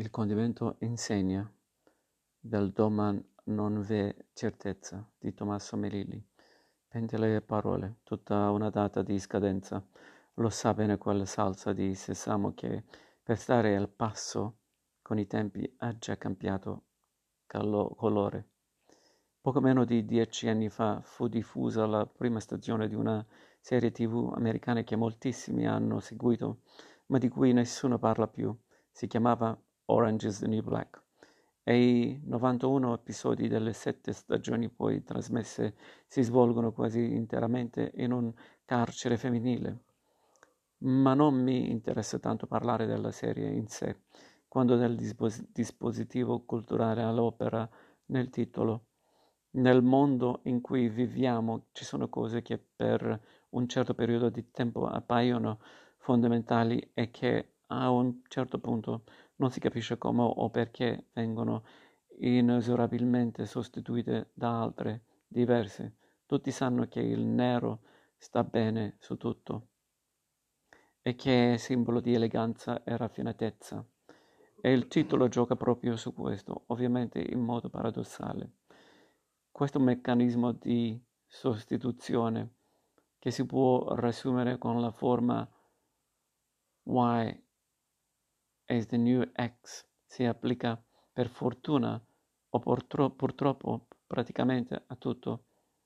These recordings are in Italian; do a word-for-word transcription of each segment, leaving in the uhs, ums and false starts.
Il condimento insegna, del doman non v'è certezza, di Tommaso Melilli. Pentole e parole, tutta una data di scadenza. Lo sa bene quella salsa di sesamo che, per stare al passo con i tempi, ha già cambiato calo- colore. Poco meno di dieci anni fa fu diffusa la prima stagione di una serie tivù americana che moltissimi hanno seguito, ma di cui nessuno parla più. Si chiamava Orange is the New Black e i novantuno episodi delle sette stagioni poi trasmesse si svolgono quasi interamente in un carcere femminile. Ma non mi interessa tanto parlare della serie in sé, quanto del dispos- dispositivo culturale all'opera nel titolo. Nel mondo in cui viviamo ci sono cose che per un certo periodo di tempo appaiono fondamentali e che a un certo punto non si capisce come o perché vengono inesorabilmente sostituite da altre, diverse. Tutti sanno che il nero sta bene su tutto e che è simbolo di eleganza e raffinatezza. E il titolo gioca proprio su questo, ovviamente in modo paradossale. Questo meccanismo di sostituzione, che si può riassumere con la forma Y as the new X, si applica per fortuna o purtro- purtroppo praticamente a tutto.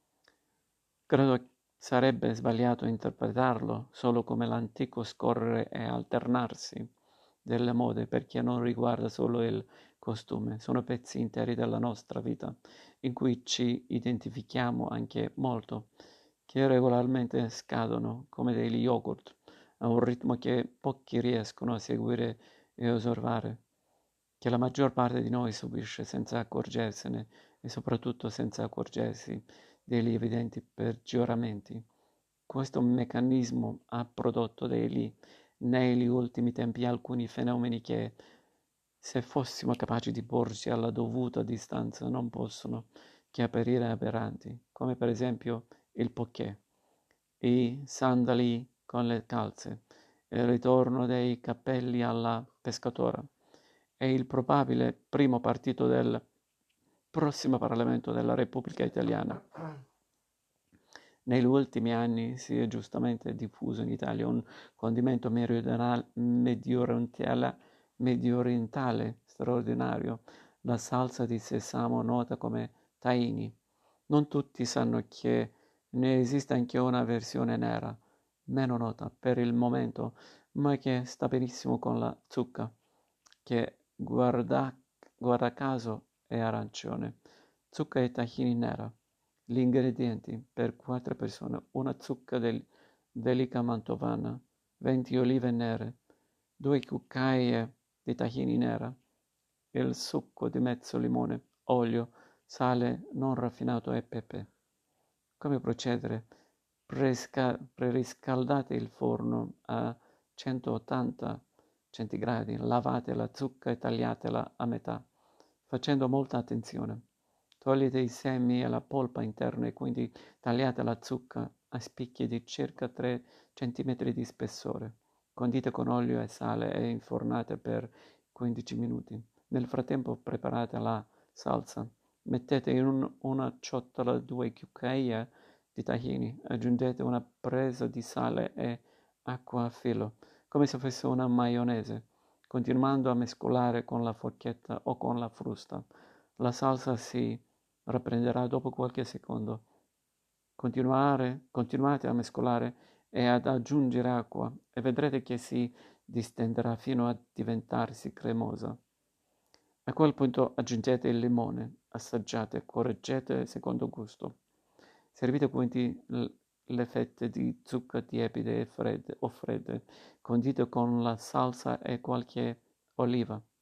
Credo sarebbe sbagliato interpretarlo solo come l'antico scorrere e alternarsi delle mode, perché non riguarda solo il costume, sono pezzi interi della nostra vita, in cui ci identifichiamo anche molto, che regolarmente scadono come degli yogurt, a un ritmo che pochi riescono a seguire e osservare, che la maggior parte di noi subisce senza accorgersene e soprattutto senza accorgersi degli evidenti peggioramenti. Questo meccanismo ha prodotto degli, negli ultimi tempi alcuni fenomeni che, se fossimo capaci di porci alla dovuta distanza, non possono che apparire aberranti, come per esempio il poké, i sandali con le calze, il ritorno dei cappelli alla pescatora e il probabile primo partito del prossimo Parlamento della Repubblica Italiana. Negli ultimi anni si è giustamente diffuso in Italia un condimento meridionale, mediorientale, mediorientale straordinario, la salsa di sesamo nota come tahini. Non tutti sanno che ne esiste anche una versione nera, meno nota per il momento, ma che sta benissimo con la zucca, che guarda, guarda caso è arancione. Zucca e tahini nera. Gli ingredienti per quattro persone: una zucca del, delica mantovana, venti olive nere, due cucchiaie di tahini nera, il succo di mezzo limone, olio, sale non raffinato e pepe. Come procedere? Presca- preriscaldate il forno a centottanta centigradi, lavate la zucca e tagliatela a metà, facendo molta attenzione. Togliete i semi e la polpa interna e quindi tagliate la zucca a spicchi di circa tre centimetri di spessore. Condite con olio e sale e infornate per quindici minuti. Nel frattempo preparate la salsa. Mettete in un, una ciotola due cucchiaie di tahini, aggiungete una presa di sale e acqua a filo, come se fosse una maionese, continuando a mescolare con la forchetta o con la frusta. La salsa si riprenderà dopo qualche secondo. Continuare, continuate a mescolare e ad aggiungere acqua e vedrete che si distenderà fino a diventarsi cremosa. A quel punto aggiungete il limone, assaggiate, correggete secondo gusto. Servite quindi l- le fette di zucca tiepide e fredde o fredde, condite con la salsa e qualche oliva.